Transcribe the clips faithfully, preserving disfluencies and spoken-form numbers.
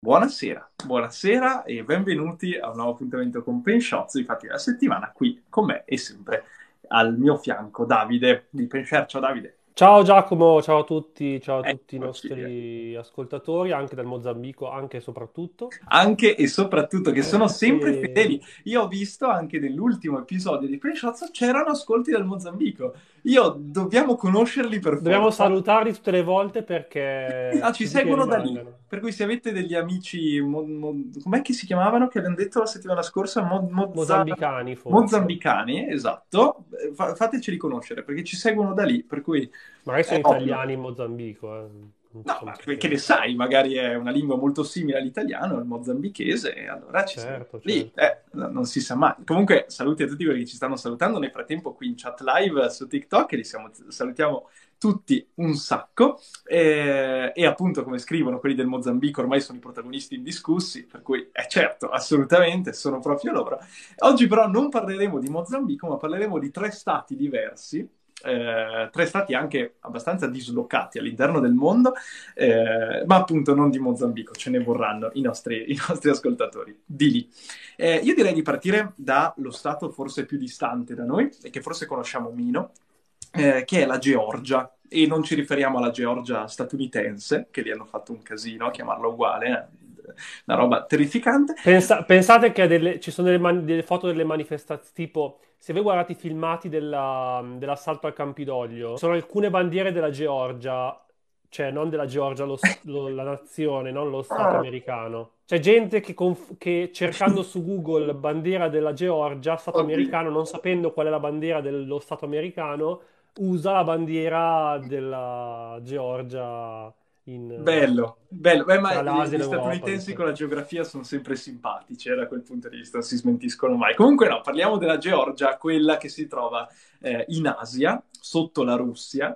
Buonasera, buonasera e benvenuti a un nuovo appuntamento con Penshots. Infatti, la settimana qui con me e sempre al mio fianco Davide di Pensher. Ciao Davide, Ciao Giacomo, ciao a tutti, ciao a tutti i eccoci. nostri ascoltatori, anche dal Mozambico, anche e soprattutto. Anche e soprattutto che sono sempre E fedeli. Io ho visto anche nell'ultimo episodio di Penshots c'erano ascolti dal Mozambico. Io dobbiamo conoscerli per dobbiamo forza. salutarli tutte le volte perché Ah, ci così che seguono da lì. rimangano. Per cui se avete degli amici, mo- mo- com'è che si chiamavano che abbiamo detto la settimana scorsa? Mo- mozza- Mozambicani forse, Mozambicani, esatto. Eh, fa- fateceli conoscere perché ci seguono da lì. Per cui magari è sono ovvio. italiani in Mozambico, eh. Non No, facciamo ma che ne sapere. sai, magari è una lingua molto simile all'italiano, al mozambichese, e allora ci seguono Certo, lì. certo. Eh, no- non si sa mai. Comunque, saluti a tutti quelli che ci stanno salutando nel frattempo qui in chat live su TikTok, e li siamo- salutiamo tutti un sacco. Eh, e appunto, come scrivono quelli del Mozambico, ormai sono i protagonisti indiscussi, per cui è certo, assolutamente, sono proprio loro. Oggi però non parleremo di Mozambico, ma parleremo di tre stati diversi. Eh, tre stati anche abbastanza dislocati all'interno del mondo, eh, ma appunto non di Mozambico, ce ne vorranno i nostri, i nostri ascoltatori di lì. Eh, io direi di partire dallo stato forse più distante da noi e che forse conosciamo meno, eh, che è la Georgia. E non ci riferiamo alla Georgia statunitense, che lì hanno fatto un casino a chiamarla uguale, eh, una roba terrificante. Pensa- pensate che delle- ci sono delle, man- delle foto delle manifestazioni, tipo, se voi guardate i filmati della- dell'assalto al Campidoglio, sono alcune bandiere della Georgia, cioè non della Georgia, lo s- lo- la nazione, non lo Stato americano. C'è gente che, conf- che cercando su Google bandiera della Georgia, Stato Oddio. americano, non sapendo qual è la bandiera dello Stato americano, usa la bandiera della Georgia in, eh, Bello, bello. Beh, ma tra gli, l'Asia e gli l'Europa, statunitensi visto. con la geografia sono sempre simpatici, eh, da quel punto di vista, non si smentiscono mai. Comunque no, parliamo della Georgia, quella che si trova eh, in Asia, sotto la Russia.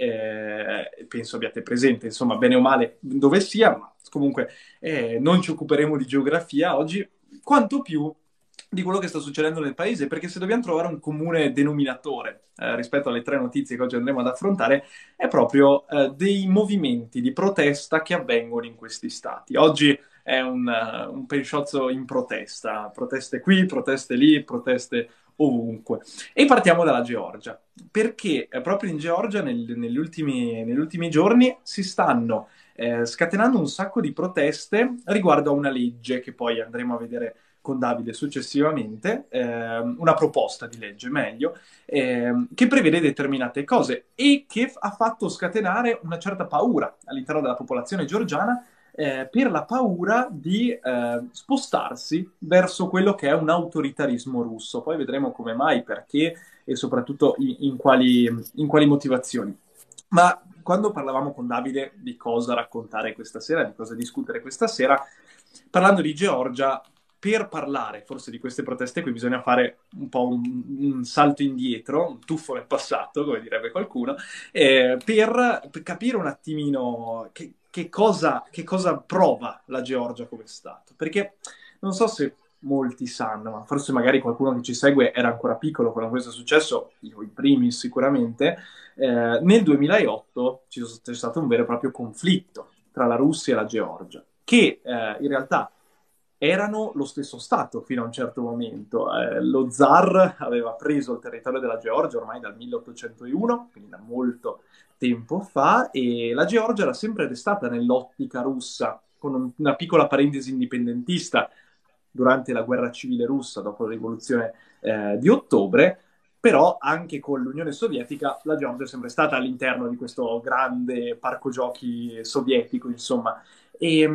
Eh, penso abbiate presente, insomma, bene o male dove sia, ma comunque eh, non ci occuperemo di geografia oggi, quanto più di quello che sta succedendo nel paese, perché se dobbiamo trovare un comune denominatore eh, rispetto alle tre notizie che oggi andremo ad affrontare, è proprio eh, dei movimenti di protesta che avvengono in questi stati. Oggi è un, uh, un pensciozzo in protesta, proteste qui, proteste lì, proteste ovunque. E partiamo dalla Georgia, perché eh, proprio in Georgia nel- negli ultimi, negli ultimi giorni si stanno eh, scatenando un sacco di proteste riguardo a una legge che poi andremo a vedere con Davide successivamente, ehm, una proposta di legge meglio, ehm, che prevede determinate cose e che f- ha fatto scatenare una certa paura all'interno della popolazione georgiana, eh, per la paura di eh, spostarsi verso quello che è un autoritarismo russo. Poi vedremo come mai, perché e soprattutto in, in quali, in quali motivazioni. Ma quando parlavamo con Davide di cosa raccontare questa sera, di cosa discutere questa sera, parlando di Georgia, per parlare forse di queste proteste qui bisogna fare un po' un, un salto indietro, un tuffo nel passato, come direbbe qualcuno, eh, per, per capire un attimino che, che cosa, che cosa prova la Georgia come Stato. Perché non so se molti sanno, ma forse magari qualcuno che ci segue era ancora piccolo quando questo è successo, io in primis sicuramente, eh, nel duemilaotto c'è stato un vero e proprio conflitto tra la Russia e la Georgia, che eh, in realtà erano lo stesso Stato fino a un certo momento. Eh, lo zar aveva preso il territorio della Georgia ormai dal milleottocentouno, quindi da molto tempo fa, e la Georgia era sempre restata nell'ottica russa, con un- una piccola parentesi indipendentista durante la guerra civile russa, dopo la rivoluzione eh, di ottobre, però anche con l'Unione Sovietica la Georgia è sempre stata all'interno di questo grande parco giochi sovietico, insomma. E,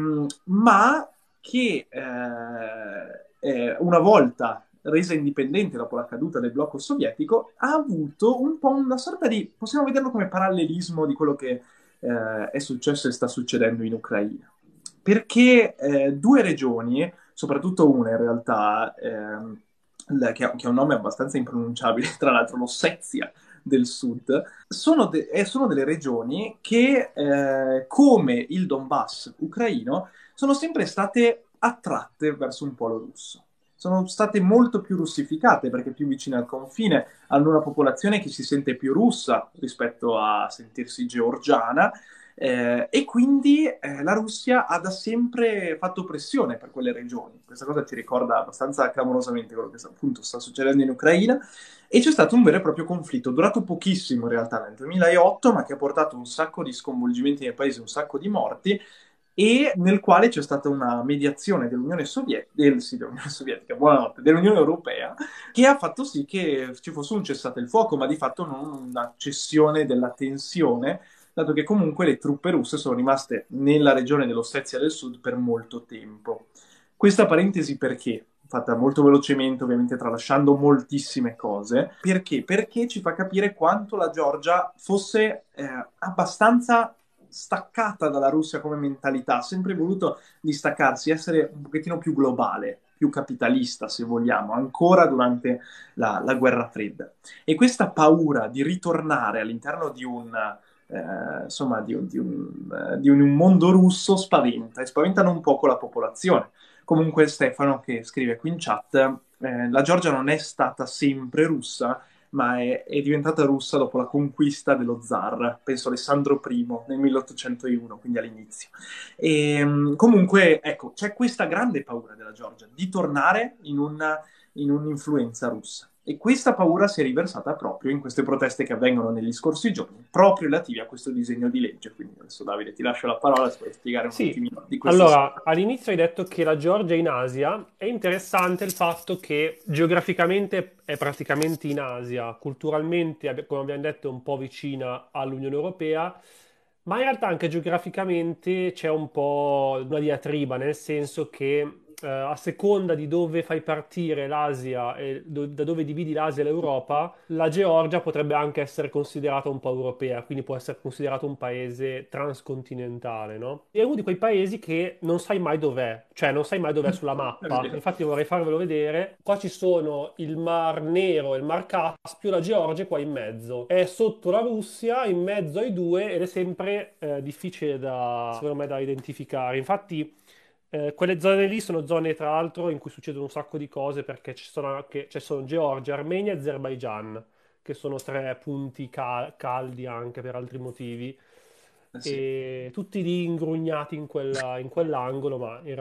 ma che eh, eh, una volta resa indipendente dopo la caduta del blocco sovietico, ha avuto un po' una sorta di, possiamo vederlo come parallelismo di quello che eh, è successo e sta succedendo in Ucraina. Perché eh, due regioni, soprattutto una in realtà, ehm, l- che, ha, che ha un nome abbastanza impronunciabile, tra l'altro l'Ossetia del Sud, sono, de- eh, sono delle regioni che, eh, come il Donbass ucraino, sono sempre state attratte verso un polo russo. Sono state molto più russificate perché più vicine al confine, hanno una popolazione che si sente più russa rispetto a sentirsi georgiana, Eh, e quindi eh, la Russia ha da sempre fatto pressione per quelle regioni. Questa cosa ci ricorda abbastanza clamorosamente quello che sta- appunto sta succedendo in Ucraina. E c'è stato un vero e proprio conflitto, durato pochissimo in realtà nel duemilaotto, ma che ha portato un sacco di sconvolgimenti nel paese, un sacco di morti, e nel quale c'è stata una mediazione dell'Unione Sovietica, del, sì, dell'Unione Sovietica, buonanotte, dell'Unione Europea, che ha fatto sì che ci fosse un cessate il fuoco, ma di fatto non una cessione della tensione, dato che comunque le truppe russe sono rimaste nella regione dell'Ossezia del Sud per molto tempo. Questa parentesi perché? Fatta molto velocemente, ovviamente tralasciando moltissime cose. Perché? Perché ci fa capire quanto la Georgia fosse eh, abbastanza staccata dalla Russia come mentalità, ha sempre voluto distaccarsi, essere un pochettino più globale, più capitalista, se vogliamo, ancora durante la, la guerra fredda. E questa paura di ritornare all'interno di un, eh, insomma, di un, di un, eh, di un mondo russo spaventa, e spaventa non poco la popolazione. Comunque Stefano, che scrive qui in chat, eh, la Georgia non è stata sempre russa, ma è, è diventata russa dopo la conquista dello zar, penso Alessandro primo nel milleottocentouno, quindi all'inizio. E, mh, comunque, ecco, c'è questa grande paura della Georgia di tornare in una, in un'influenza russa. E questa paura si è riversata proprio in queste proteste che avvengono negli scorsi giorni, proprio relativi a questo disegno di legge. Quindi adesso Davide ti lascio la parola se vuoi spiegare un Sì, attimino di questo allora aspetto. all'inizio hai detto che la Georgia è in Asia. È interessante il fatto che geograficamente è praticamente in Asia, culturalmente, abbi- come abbiamo detto, è un po' vicina all'Unione Europea, ma in realtà anche geograficamente c'è un po' una diatriba, nel senso che eh, a seconda di dove fai partire l'Asia e do- da dove dividi l'Asia e l'Europa, la Georgia potrebbe anche essere considerata un po' europea, quindi può essere considerato un paese transcontinentale, no? È uno di quei paesi che non sai mai dov'è, cioè non sai mai dov'è sulla È mappa. vero. Infatti vorrei farvelo vedere. Qua ci sono il Mar Nero e il Mar Caspio, la Georgia è qua in mezzo. È sotto la Russia, in mezzo ai due, ed è sempre eh, difficile da, secondo me, da identificare. Infatti eh, quelle zone lì sono zone, tra l'altro, in cui succedono un sacco di cose perché ci sono anche, ci sono Georgia, Armenia e Azerbaigian, che sono tre punti ca- caldi anche per altri motivi, Eh sì. e tutti lì ingrugnati in quella- in quell'angolo, ma in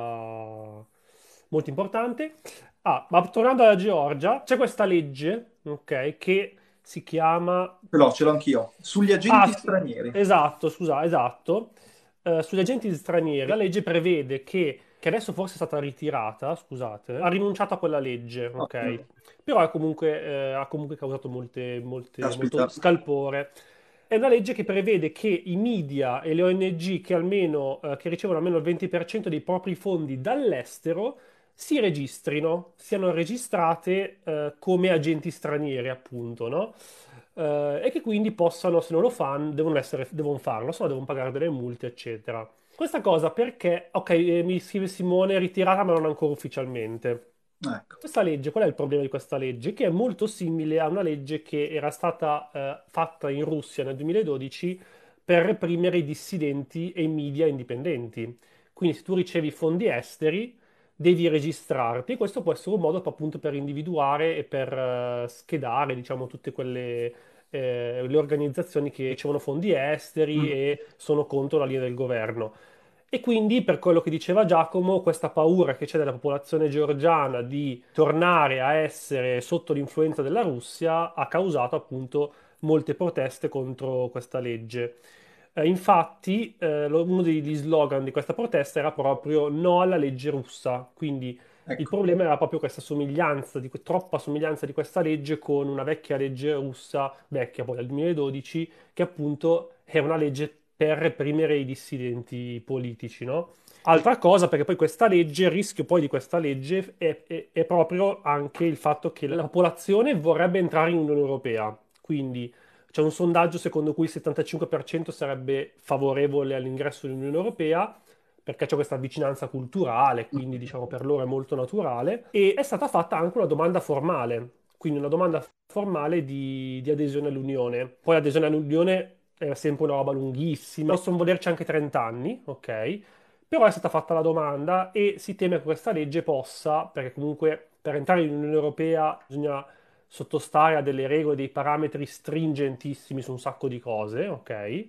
realtà molto importante. Ah, ma tornando alla Georgia, c'è questa legge, ok, che si chiama Ce l'ho, ce l'ho anch'io. Sugli Ah, agenti s- stranieri. esatto, scusa, esatto. Eh, sugli agenti stranieri, la legge prevede che, che adesso forse è stata ritirata, scusate, ha rinunciato a quella legge, ok? Ottimo. Però ha comunque, eh, ha comunque causato molte, molte, molto Caspita. scalpore. È una legge che prevede che i media e le O N G che almeno, eh, che ricevono almeno il venti per cento dei propri fondi dall'estero si registrino, siano registrate, eh, come agenti stranieri, appunto, no? Eh, e che quindi possano, se non lo fanno, devono essere, devono farlo, se no devono pagare delle multe, eccetera. Questa cosa perché, ok, eh, mi scrive Simone, è ritirata ma non ancora ufficialmente. Ecco. Questa legge, qual è il problema di questa legge? Che è molto simile a una legge che era stata eh, fatta in Russia nel duemiladodici per reprimere i dissidenti e i media indipendenti. Quindi se tu ricevi fondi esteri, devi registrarti, e questo può essere un modo appunto per individuare e per eh, schedare, diciamo, tutte quelle eh, le organizzazioni che ricevono fondi esteri Mm. e sono contro la linea del governo. E quindi, per quello che diceva Giacomo, questa paura che c'è nella popolazione georgiana di tornare a essere sotto l'influenza della Russia ha causato appunto molte proteste contro questa legge. Eh, infatti, eh, lo- uno degli slogan di questa protesta era proprio no alla legge russa. Quindi il Ecco. problema era proprio questa somiglianza, di, que- troppa somiglianza di questa legge con una vecchia legge russa, vecchia poi del duemiladodici, che appunto è una legge per reprimere i dissidenti politici, no? Altra cosa, perché poi questa legge, il rischio poi di questa legge è, è- è proprio anche il fatto che la popolazione vorrebbe entrare in Unione Europea. Quindi c'è un sondaggio secondo cui il settantacinque per cento sarebbe favorevole all'ingresso nell'Unione Europea, perché c'è questa vicinanza culturale, quindi diciamo per loro è molto naturale, e è stata fatta anche una domanda formale, quindi una domanda formale di, di adesione all'Unione. Poi l'adesione all'Unione è sempre una roba lunghissima, possono volerci anche trenta anni, ok? Però è stata fatta la domanda e si teme che questa legge possa, perché comunque per entrare in Unione Europea bisogna sottostare a delle regole, dei parametri stringentissimi su un sacco di cose, ok?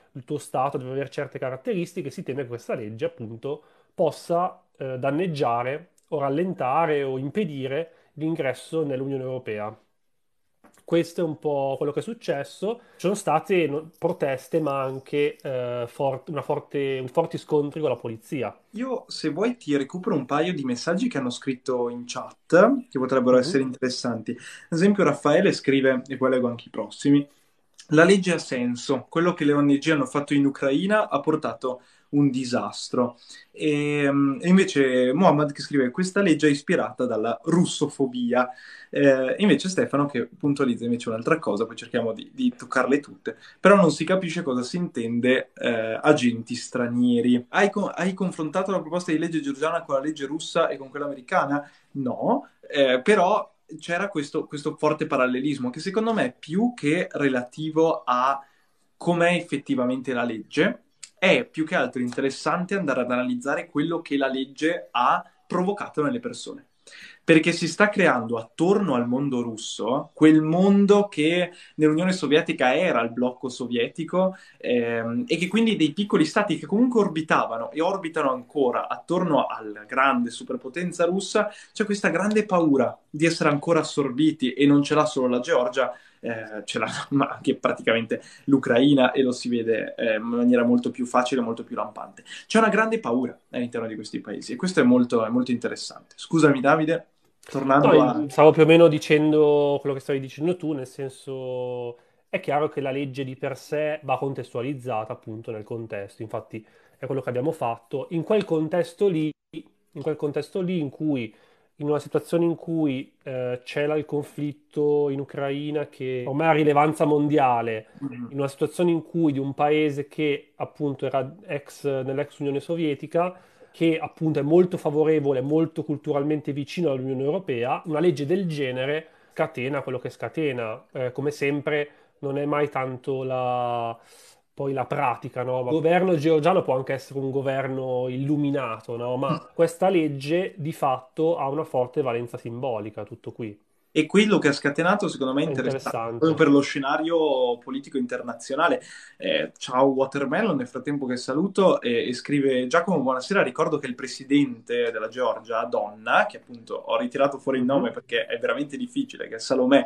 il tuo stato deve avere certe caratteristiche, si teme che questa legge appunto possa eh, danneggiare o rallentare o impedire l'ingresso nell'Unione Europea. Questo è un po' quello che è successo. Ci sono state no- proteste, ma anche eh, for- una forte- forti scontri con la polizia. Io, se vuoi, ti recupero un paio di messaggi che hanno scritto in chat, che potrebbero Mhm. essere interessanti. Ad esempio, Raffaele scrive, e poi leggo anche i prossimi, la legge ha senso. Quello che le O N G hanno fatto in Ucraina ha portato un disastro. E, e invece Mohammed che scrive, questa legge è ispirata dalla russofobia. Eh, invece Stefano che puntualizza invece un'altra cosa, poi cerchiamo di, di toccarle tutte, però non si capisce cosa si intende eh, agenti stranieri. Hai, co- hai confrontato la proposta di legge georgiana con la legge russa e con quella americana? No, eh, però c'era questo, questo forte parallelismo che secondo me più che relativo a com'è effettivamente la legge, è più che altro interessante andare ad analizzare quello che la legge ha provocato nelle persone. Perché si sta creando attorno al mondo russo quel mondo che nell'Unione Sovietica era il blocco sovietico ehm, e che quindi dei piccoli stati che comunque orbitavano e orbitano ancora attorno alla grande superpotenza russa, c'è questa grande paura di essere ancora assorbiti e non ce l'ha solo la Georgia, eh, ce l'ha ma anche praticamente l'Ucraina e lo si vede eh, in maniera molto più facile, molto più lampante. C'è una grande paura all'interno di questi paesi e questo è molto, è molto interessante. Scusami Davide, No, tornando a... in- stavo più o meno dicendo quello che stavi dicendo tu, nel senso è chiaro che la legge di per sé va contestualizzata appunto nel contesto, infatti è quello che abbiamo fatto. In quel contesto lì, in quel contesto lì in cui, in una situazione in cui eh, c'era il conflitto in Ucraina che ormai ha rilevanza mondiale, in una situazione in cui di un paese che appunto era ex, nell'ex Unione Sovietica, che appunto è molto favorevole, molto culturalmente vicino all'Unione Europea, una legge del genere scatena quello che scatena. Eh, come sempre non è mai tanto la, poi la pratica, no? Ma il governo georgiano può anche essere un governo illuminato, no? Ma questa legge di fatto ha una forte valenza simbolica, tutto qui. E quello che ha scatenato, secondo me, è È interessante, proprio interessante. per lo scenario politico internazionale. Eh, ciao Watermelon, nel frattempo che saluto, e, e scrive Giacomo, buonasera, ricordo che il presidente della Georgia, donna, che appunto ho ritirato fuori il nome Mhm. perché è veramente difficile, che è Salomè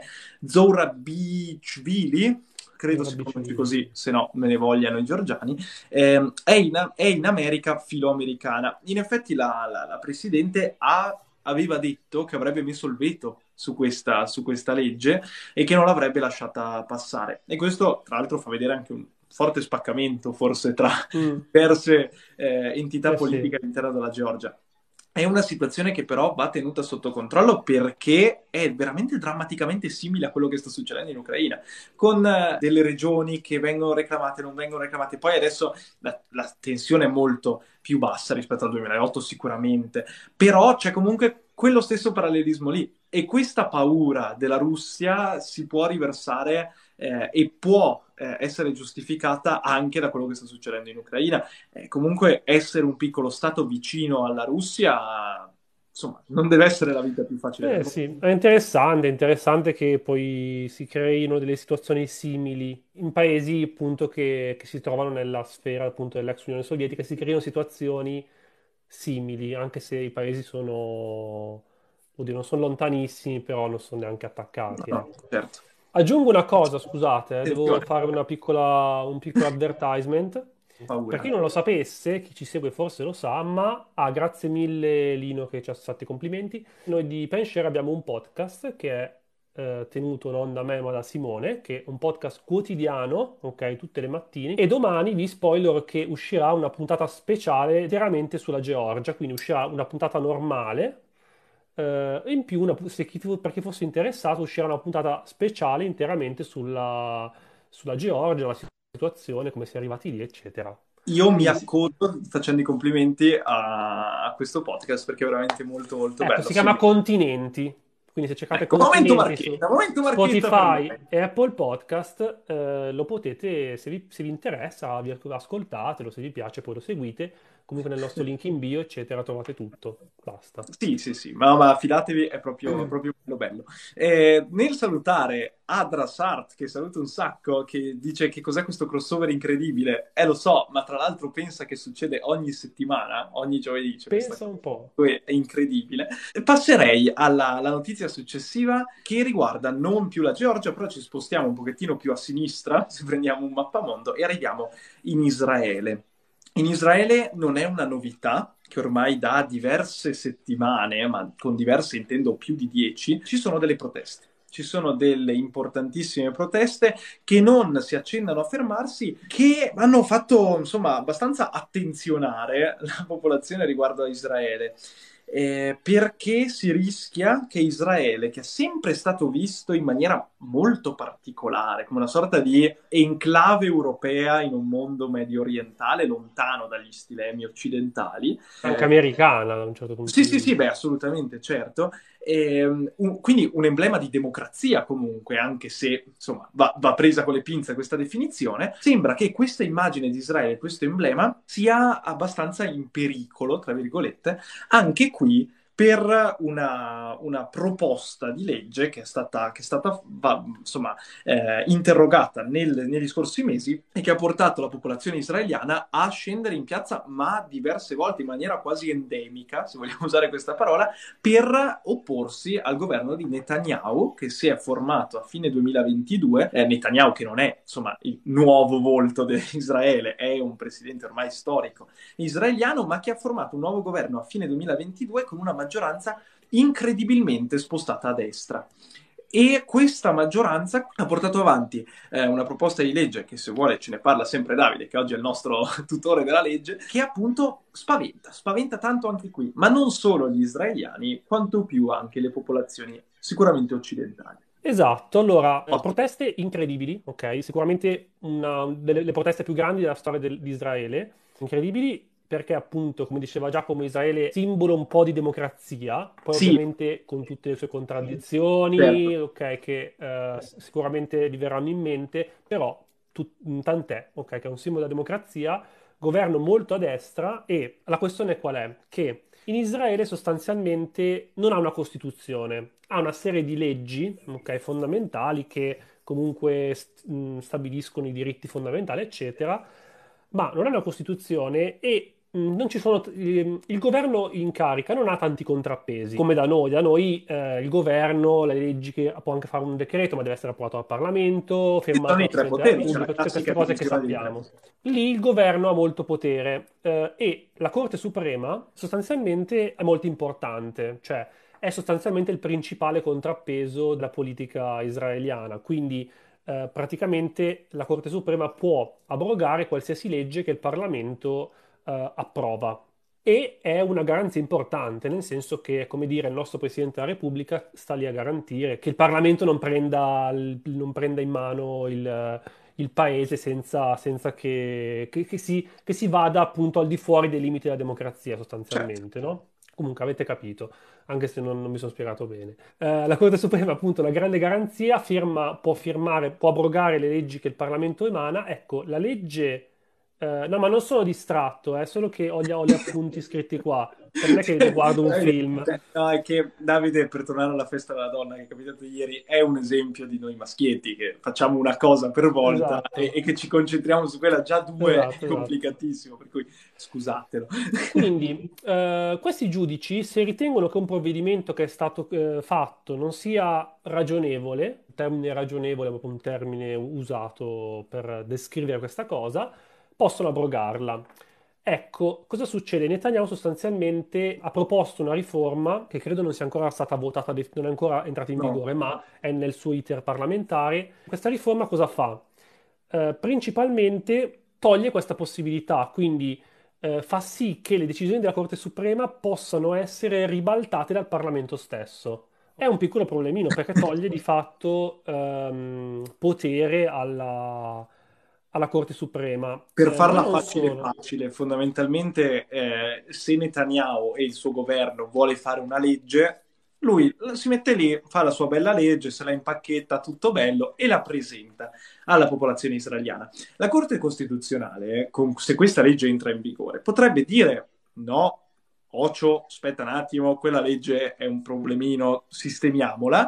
Zourabichvili, credo si pronunci Zorabishvili. così, se no me ne vogliano i georgiani, eh, è, in, è in America filoamericana. In effetti la, la, la presidente ha aveva detto che avrebbe messo il veto su questa, su questa legge e che non l'avrebbe lasciata passare. E questo, tra l'altro, fa vedere anche un forte spaccamento, forse, tra Mm. diverse eh, entità Eh sì. politiche all'interno della Georgia. È una situazione che però va tenuta sotto controllo perché è veramente drammaticamente simile a quello che sta succedendo in Ucraina, con eh, delle regioni che vengono reclamate, non vengono reclamate. Poi adesso la, la tensione è molto più bassa rispetto al duemilaotto sicuramente, però c'è comunque quello stesso parallelismo lì e questa paura della Russia si può riversare eh, e può eh, essere giustificata anche da quello che sta succedendo in Ucraina. Eh, comunque essere un piccolo stato vicino alla Russia, insomma, non deve essere la vita più facile del Eh mondo. sì, è interessante, è interessante che poi si creino delle situazioni simili in paesi appunto che, che si trovano nella sfera appunto dell'ex Unione Sovietica, si creino situazioni simili, anche se i paesi sono, oddio, non sono lontanissimi, però non sono neanche No, attaccati, no, ecco. certo. Aggiungo una cosa, scusate, eh, devo Attenzione, fare una piccola, un piccolo advertisement. Per chi paura. non lo sapesse, chi ci segue forse lo sa, ma ah, grazie mille Lino che ci ha fatto i complimenti. Noi di Penshare abbiamo un podcast che è eh, tenuto non da me ma da Simone, che è un podcast quotidiano, ok, tutte le mattine. E domani vi spoiler che uscirà una puntata speciale interamente sulla Georgia, quindi uscirà una puntata normale. Eh, e in più, una pu- se chi fu- per chi fosse interessato, uscirà una puntata speciale interamente sulla, sulla Georgia, la situazione, come si è arrivati lì, eccetera. Io mi Quindi, si- accodo facendo i complimenti a, a questo podcast perché è veramente molto molto ecco, bello. si chiama Sì. Continenti. Quindi se cercate Ecco, momento Continenti su marchetta, momento marchetta per Spotify me. e Apple Podcast, eh, lo potete, se vi, se vi interessa, vi ascoltatelo, se vi piace poi lo seguite. comunque nel nostro link in bio, eccetera, trovate tutto. Basta. Sì, sì, sì, ma, ma fidatevi, è proprio, proprio bello bello. Eh, nel salutare Adra Sart, che saluto un sacco, che dice che cos'è questo crossover incredibile, eh lo so, ma tra l'altro pensa che succede ogni settimana, ogni giovedì c'è questa Pensa un po'. cosa, è incredibile. Passerei alla, alla notizia successiva che riguarda non più la Georgia, però ci spostiamo un pochettino più a sinistra, se prendiamo un mappamondo, e arriviamo in Israele. In Israele non è una novità che ormai da diverse settimane, ma con diverse intendo più di dieci, ci sono delle proteste. Ci sono delle importantissime proteste che non si accennano a fermarsi, che hanno fatto insomma abbastanza attenzionare la popolazione riguardo a Israele. Eh, perché si rischia che Israele, che è sempre stato visto in maniera molto particolare, come una sorta di enclave europea in un mondo medio orientale, lontano dagli stilemi occidentali. Anche Eh, americana da un certo punto sì, di sì, sì, beh, vista. assolutamente, certo. Ehm, un- quindi un emblema di democrazia comunque, anche se insomma va, va presa con le pinze questa definizione, sembra che questa immagine di Israele, questo emblema, sia abbastanza in pericolo, tra virgolette, anche qui per una, una proposta di legge che è stata, che è stata va- insomma, eh, interrogata nel- negli scorsi mesi e che ha portato la popolazione israeliana a scendere in piazza, ma diverse volte in maniera quasi endemica, se vogliamo usare questa parola, per opporsi al governo di Netanyahu, che si è formato a fine duemilaventidue. Eh, Netanyahu, che non è insomma il nuovo volto di Israele, è un presidente ormai storico israeliano, ma che ha formato un nuovo governo a fine duemilaventidue con una maggioranza incredibilmente spostata a destra. E questa maggioranza ha portato avanti eh, una proposta di legge che, se vuole, ce ne parla sempre Davide, che oggi è il nostro tutore della legge, che appunto spaventa, spaventa tanto anche qui, ma non solo gli israeliani, quanto più anche le popolazioni sicuramente occidentali. Esatto, allora, eh, Ottimo. proteste incredibili, ok? Sicuramente una delle le proteste più grandi della storia del- di Israele, incredibili perché appunto, come diceva Giacomo, Israele è simbolo un po' di democrazia, poi Sì, ovviamente con tutte le sue certo. contraddizioni, ok, che eh, s- sicuramente gli verranno in mente, però tut- mm, tant'è, ok, che è un simbolo della democrazia, governo molto a destra e la questione qual è? Che in Israele sostanzialmente non ha una Costituzione, ha una serie di leggi, ok, fondamentali che comunque st- mh, stabiliscono i diritti fondamentali, eccetera, ma non ha una Costituzione e mh, non ci sono, ehm, il governo in carica non ha tanti contrappesi, come da noi. Da noi eh, il governo, le leggi che può anche fare un decreto, ma deve essere approvato dal Parlamento, Ci firmato sono i dal tre Presidente della poteri, c'è la Repubblica, tutte queste classica cose che divisione dei tre sappiamo. poteri. Lì il governo ha molto potere eh, e la Corte Suprema sostanzialmente è molto importante, cioè è sostanzialmente il principale contrappeso della politica israeliana. Quindi eh, praticamente la Corte Suprema può abrogare qualsiasi legge che il Parlamento eh, approva. E è una garanzia importante, nel senso che, come dire, il nostro Presidente della Repubblica sta lì a garantire che il Parlamento non prenda, il- non prenda in mano il, il paese senza, senza che, che- che si, che si vada appunto al di fuori dei limiti della democrazia, Certo. sostanzialmente, no? Comunque avete capito, anche se non, non mi sono spiegato bene. Eh, la Corte Suprema, appunto, una grande garanzia, firma, può firmare, può abrogare le leggi che il Parlamento emana. Ecco, la legge... eh, no, ma non sono distratto, è solo che ho gli, ho gli appunti scritti qua. Cioè, non è che guardo un Davide, film. no, è che Davide, per tornare alla festa della donna che è capitato ieri, è un esempio di noi maschietti che facciamo una cosa per volta e, Esatto, e che ci concentriamo su quella. Già due è esatto, esatto. complicatissimo, per cui scusatelo. Quindi, eh, questi giudici, se ritengono che un provvedimento che è stato eh, fatto non sia ragionevole, il termine ragionevole è proprio un termine usato per descrivere questa cosa, possono abrogarla. Ecco, cosa succede? Netanyahu sostanzialmente ha proposto una riforma che credo non sia ancora stata votata, def- non è ancora entrata in No, vigore, ma è nel suo iter parlamentare. Questa riforma cosa fa? Eh, principalmente toglie questa possibilità, quindi eh, fa sì che le decisioni della Corte Suprema possano essere ribaltate dal Parlamento stesso. È un piccolo problemino perché toglie di fatto ehm, potere alla, alla Corte Suprema. per Eh, ma farla non facile solo. facile, fondamentalmente eh, se Netanyahu e il suo governo vuole fare una legge, lui si mette lì, fa la sua bella legge, se la impacchetta, tutto bello, e la presenta alla popolazione israeliana. La Corte Costituzionale, con- se questa legge entra in vigore, potrebbe dire no, Ocio, aspetta un attimo, quella legge è un problemino, sistemiamola.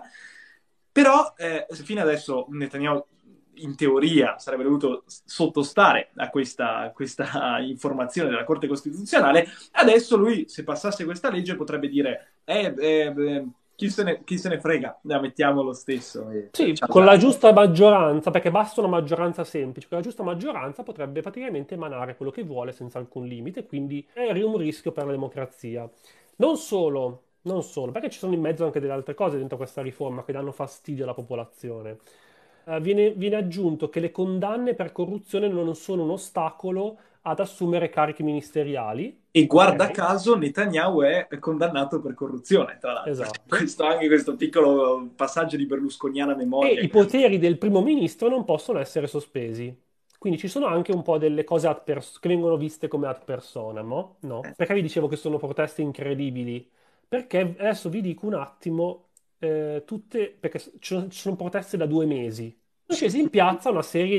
Però eh, fino adesso Netanyahu in teoria sarebbe dovuto sottostare a questa, a questa informazione della Corte Costituzionale, adesso lui, se passasse questa legge, potrebbe dire eh, eh, eh, chi, se ne, chi se ne frega, la mettiamo lo stesso. E, Sì, ciao, con la ciao. giusta maggioranza, perché basta una maggioranza semplice, con la giusta maggioranza potrebbe praticamente emanare quello che vuole senza alcun limite, quindi è un rischio per la democrazia. Non solo, non solo, perché ci sono in mezzo anche delle altre cose dentro questa riforma che danno fastidio alla popolazione. Eh, viene, viene aggiunto che le condanne per corruzione non sono un ostacolo ad assumere carichi ministeriali, E guarda ok? caso Netanyahu è condannato per corruzione, tra l'altro. Esatto. Questo, anche questo piccolo passaggio di berlusconiana E memoria. i poteri del primo ministro non possono essere sospesi. Quindi ci sono anche un po' delle cose ad pers- che vengono viste come ad personam, no? No? Perché vi dicevo che sono proteste incredibili? Perché adesso vi dico un attimo, eh, tutte, perché ci sono, ci sono proteste da due mesi. Sono scesi in piazza una serie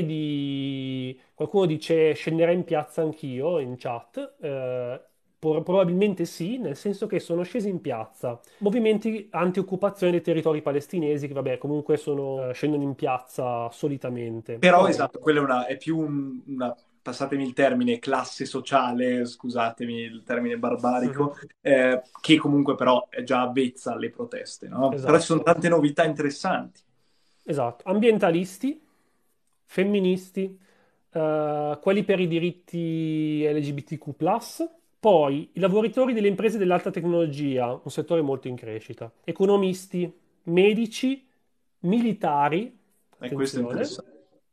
di... Qualcuno dice scenderei in piazza anch'io in chat. eh, por- probabilmente sì, nel senso che sono scesi in piazza movimenti anti-occupazione dei territori palestinesi che, vabbè, comunque sono, eh, scendono in piazza solitamente. Però Poi, esatto, quella è, una, è più un- una, passatemi il termine, classe sociale, scusatemi il termine mhm, barbarico, eh, che comunque però è già avvezza alle proteste, no? Però ci sono esatto, tante novità interessanti. esatto. Ambientalisti, femministi, eh, quelli per i diritti L G B T Q plus, poi i lavoratori delle imprese dell'alta tecnologia, un settore molto in crescita, economisti, medici, militari, E questo è attenzione. interessante.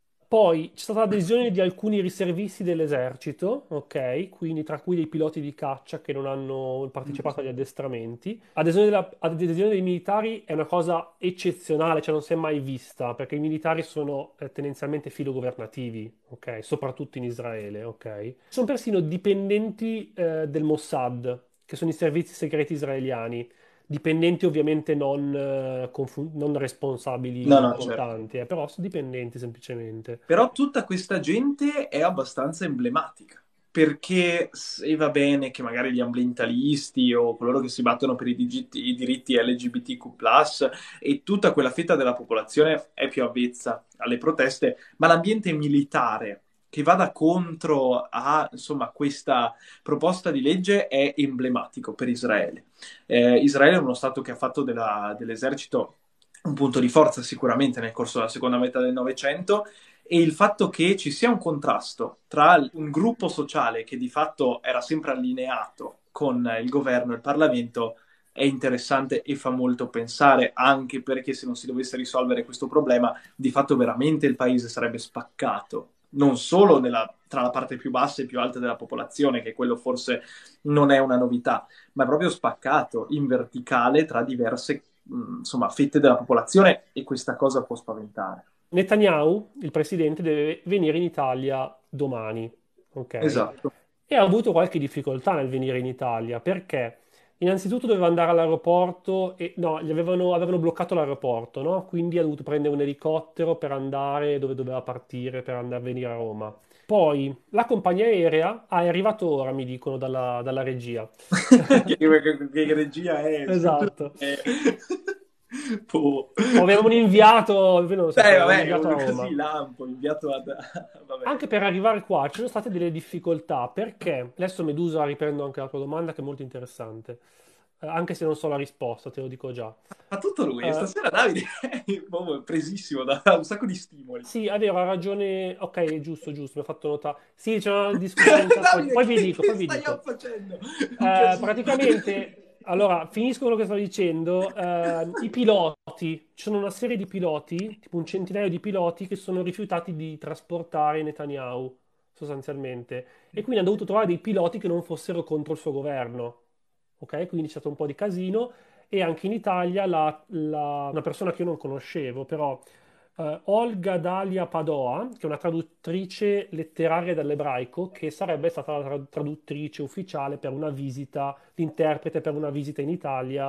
Poi c'è stata adesione di alcuni riservisti dell'esercito, ok? Quindi tra cui dei piloti di caccia che non hanno partecipato agli addestramenti. Adesione, della- adesione dei militari è una cosa eccezionale, cioè non si è mai vista, perché i militari sono eh, tendenzialmente filogovernativi, ok? Soprattutto in Israele, ok? Sono persino dipendenti eh, del Mossad, che sono i servizi segreti israeliani. Dipendenti ovviamente non, eh, confu- non No, responsabili no, certo. importanti, eh, però sono dipendenti semplicemente. Però tutta questa gente è abbastanza emblematica, perché se va bene che magari gli ambientalisti o coloro che si battono per i, digiti- i diritti L G B T Q plus, e tutta quella fetta della popolazione è più avvezza alle proteste, ma l'ambiente militare che vada contro a, insomma, questa proposta di legge è emblematico per Israele. Eh, Israele è uno stato che ha fatto della- dell'esercito un punto di forza sicuramente nel corso della seconda metà del Novecento, e il fatto che ci sia un contrasto tra un gruppo sociale che di fatto era sempre allineato con il governo e il Parlamento è interessante e fa molto pensare, anche perché se non si dovesse risolvere questo problema, di fatto veramente il paese sarebbe spaccato, non solo nella, tra la parte più bassa e più alta della popolazione, che quello forse non è una novità, ma è proprio spaccato in verticale tra diverse mh, insomma, fette della popolazione, e questa cosa può spaventare. Netanyahu, il presidente, deve venire in Italia domani, ok? Esatto. E ha avuto qualche difficoltà nel venire in Italia perché innanzitutto doveva andare all'aeroporto e no, gli avevano, avevano bloccato l'aeroporto, no? Quindi ha dovuto prendere un elicottero per andare dove doveva partire per andare a venire a Roma. Poi la compagnia aerea ah, è arrivato ora, mi dicono dalla, dalla regia. che, che- che regia è? Scusa. Esatto. Eh, boh. Avevamo un inviato, non lo Eh, sapevo, un vabbè, inviato a così Roma. lampo, inviato ad... vabbè. Anche per arrivare qua ci sono state delle difficoltà perché, adesso Medusa riprendo anche la tua domanda che è molto interessante. Eh, anche se non so la risposta, te lo dico già. Fa tutto lui, e Eh, stasera Davide è boh, presissimo da, da un sacco di stimoli. sì, è vero, ha ragione, ok, giusto, giusto, mi ha fatto notare. Sì, c'è una discussione in chat, poi, Davide, poi vi che, dico, che poi vi stai dico. facendo? Un Eh, casino. praticamente, allora, finisco quello che sto dicendo. Eh, i piloti, ci sono una serie di piloti, tipo un centinaio di piloti che sono rifiutati di trasportare Netanyahu, sostanzialmente. E quindi hanno dovuto trovare dei piloti che non fossero contro il suo governo. Ok? Quindi c'è stato un po' di casino. E anche in Italia la- la- una persona che io non conoscevo, però eh, Olga Dalia Padoa, che è una traduttrice letteraria dall'ebraico, che sarebbe stata la tra- traduttrice ufficiale per una visita, l'interprete per una visita in Italia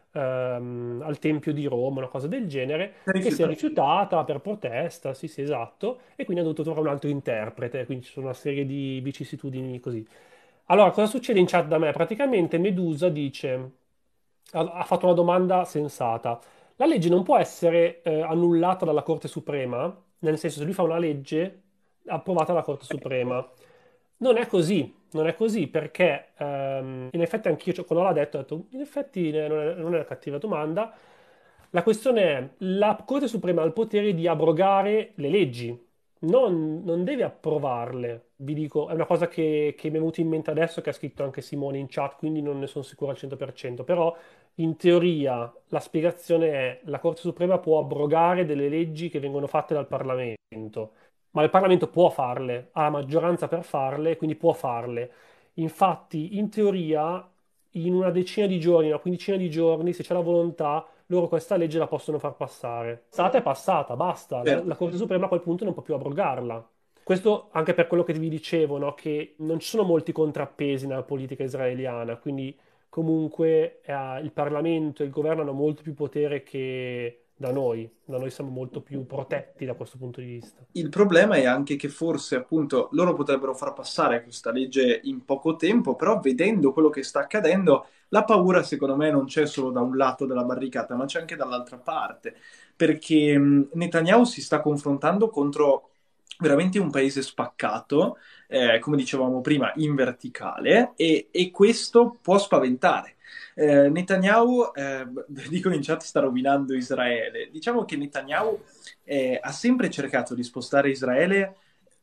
ehm, al Tempio di Roma, una cosa del genere, Si è che si è rifiutato. rifiutata per protesta, sì, sì, esatto, e quindi ha dovuto trovare un altro interprete, quindi ci sono una serie di vicissitudini così. Allora, cosa succede in chat da me? Praticamente Medusa dice, ha, ha fatto una domanda sensata. La legge non può essere eh, annullata dalla Corte Suprema, nel senso se lui fa una legge approvata dalla Corte Suprema. Non è così, non è così perché ehm, in effetti anch'io cioè, quando l'ha detto ho detto in effetti eh, non è, non è una cattiva domanda. La questione è la Corte Suprema ha il potere di abrogare le leggi, non, non deve approvarle. Vi dico, è una cosa che, che mi è venuta in mente adesso, che ha scritto anche Simone in chat, quindi non ne sono sicuro al cento per cento, però in teoria la spiegazione è la Corte Suprema può abrogare delle leggi che vengono fatte dal Parlamento, ma il Parlamento può farle, ha la maggioranza per farle, quindi può farle. Infatti, in teoria, in una decina di giorni, una quindicina di giorni, se c'è la volontà, loro questa legge la possono far passare. Passata è passata, basta. La, Certo. la Corte Suprema a quel punto non può più abrogarla. Questo anche per quello che vi dicevo, no? Che non ci sono molti contrappesi nella politica israeliana, quindi comunque eh, il Parlamento e il governo hanno molto più potere che da noi. Da noi siamo molto più protetti da questo punto di vista. Il problema è anche che forse appunto loro potrebbero far passare questa legge in poco tempo, però vedendo quello che sta accadendo, la paura secondo me non c'è solo da un lato della barricata, ma c'è anche dall'altra parte, perché mh, Netanyahu si sta confrontando contro veramente un paese spaccato, eh, come dicevamo prima, in verticale, e, e questo può spaventare. Eh, Netanyahu, eh, dicono in chat, sta rovinando Israele. Diciamo che Netanyahu eh, ha sempre cercato di spostare Israele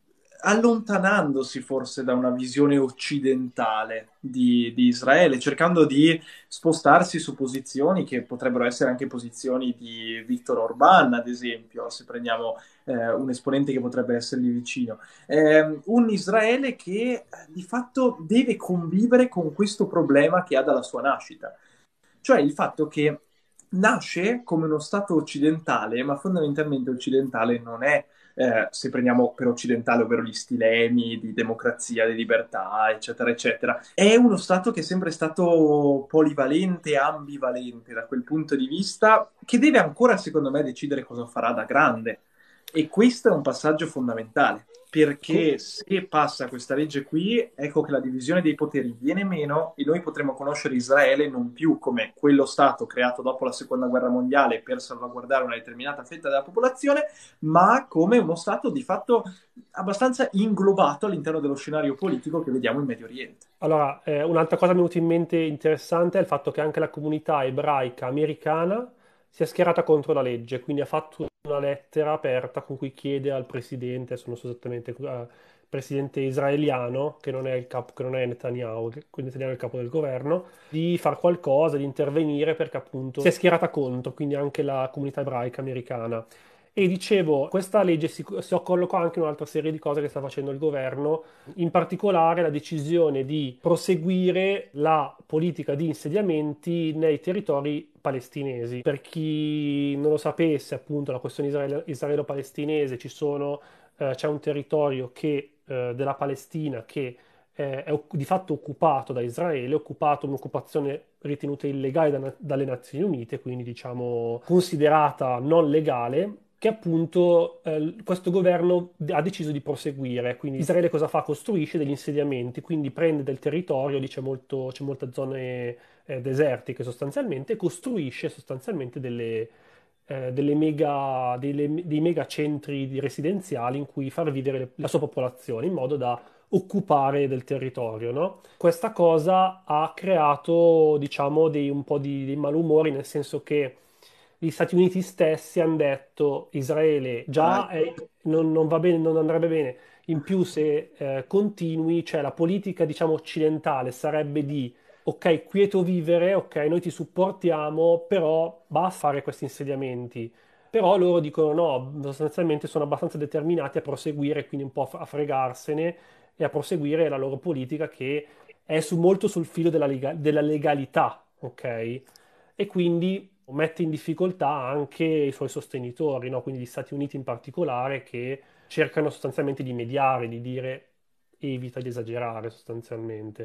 allontanandosi forse da una visione occidentale di, di Israele, cercando di spostarsi su posizioni che potrebbero essere anche posizioni di Viktor Orban, ad esempio, se prendiamo eh, un esponente che potrebbe essergli vicino. Eh, un Israele che eh, di fatto deve convivere con questo problema che ha dalla sua nascita, cioè il fatto che nasce come uno Stato occidentale, ma fondamentalmente occidentale non è, eh, se prendiamo per occidentale, ovvero gli stilemi di democrazia, di libertà, eccetera, eccetera, è uno Stato che è sempre stato polivalente, ambivalente da quel punto di vista, che deve ancora, secondo me, decidere cosa farà da grande. E questo è un passaggio fondamentale, Co- perché se passa questa legge qui, ecco che la divisione dei poteri viene meno e noi potremo conoscere Israele non più come quello Stato creato dopo la Seconda Guerra Mondiale per salvaguardare una determinata fetta della popolazione, ma come uno Stato di fatto abbastanza inglobato all'interno dello scenario politico che vediamo in Medio Oriente. Allora, eh, un'altra cosa che mi è venuta in mente interessante è il fatto che anche la comunità ebraica americana si è schierata contro la legge, quindi ha fatto una lettera aperta con cui chiede al presidente, adesso non so esattamente, eh, presidente israeliano, che non è il capo, che non è Netanyahu, che quindi Netanyahu è il capo del governo, di fare qualcosa, di intervenire perché appunto si è schierata contro, quindi anche la comunità ebraica americana. E dicevo, questa legge si, si colloca anche in un'altra serie di cose che sta facendo il governo, in particolare la decisione di proseguire la politica di insediamenti nei territori palestinesi. Per chi non lo sapesse, appunto, la questione israel- israelo-palestinese, ci sono, eh, c'è un territorio che, eh, della Palestina che eh, è oc- di fatto occupato da Israele, occupato un'occupazione ritenuta illegale da- dalle Nazioni Unite, quindi diciamo considerata non legale, che appunto eh, questo governo ha deciso di proseguire. Quindi Israele cosa fa? Costruisce degli insediamenti, quindi prende del territorio, lì c'è molto, c'è molte zone eh, desertiche sostanzialmente, e costruisce sostanzialmente delle, eh, delle mega, delle- dei mega centri di residenziali in cui far vivere le- la sua popolazione in modo da occupare del territorio, no? Questa cosa ha creato, diciamo, dei, un po' di, di malumori, nel senso che gli Stati Uniti stessi hanno detto Israele già è- non, non va bene, non andrebbe bene. In più, se eh, continui, cioè la politica, diciamo, occidentale sarebbe di ok, quieto vivere, ok, noi ti supportiamo, però va a fare questi insediamenti. Però loro dicono no, sostanzialmente sono abbastanza determinati a proseguire, quindi un po' a fregarsene e a proseguire la loro politica che è su- molto sul filo della, lega- della legalità, ok? E quindi mette in difficoltà anche i suoi sostenitori, no? Quindi gli Stati Uniti in particolare, che cercano sostanzialmente di mediare, di dire evita di esagerare sostanzialmente.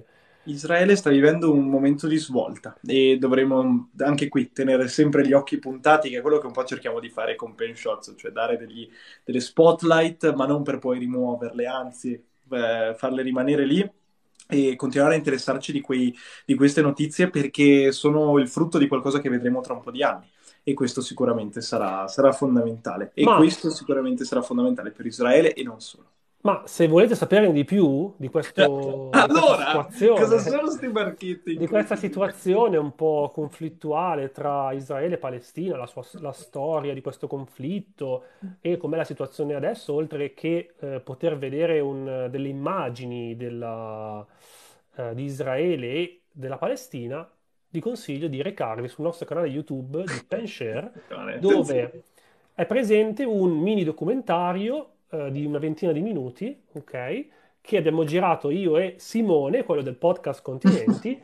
Israele sta vivendo un momento di svolta e dovremo anche qui tenere sempre gli occhi puntati, che è quello che un po' cerchiamo di fare con Pen Shots, cioè dare degli- delle spotlight, ma non per poi rimuoverle, anzi, eh, farle rimanere lì e continuare a interessarci di, quei- di queste notizie perché sono il frutto di qualcosa che vedremo tra un po' di anni. E questo sicuramente sarà, sarà fondamentale. E Ma questo sicuramente sarà fondamentale per Israele e non solo. Ma se volete saperne di più di Eh, questo, di questa Allora, cosa situazione, sono queste marchette di questa incredibili? situazione un po' conflittuale tra Israele e Palestina, la sua- la storia di questo conflitto e com'è la situazione adesso, oltre che eh, poter vedere un- delle immagini della- eh, di Israele e della Palestina, vi consiglio di recarvi sul nostro canale YouTube di Penshare, Attenzione. dove è presente un mini documentario eh, di una ventina di minuti, ok? Che abbiamo girato io e Simone, quello del podcast Continenti,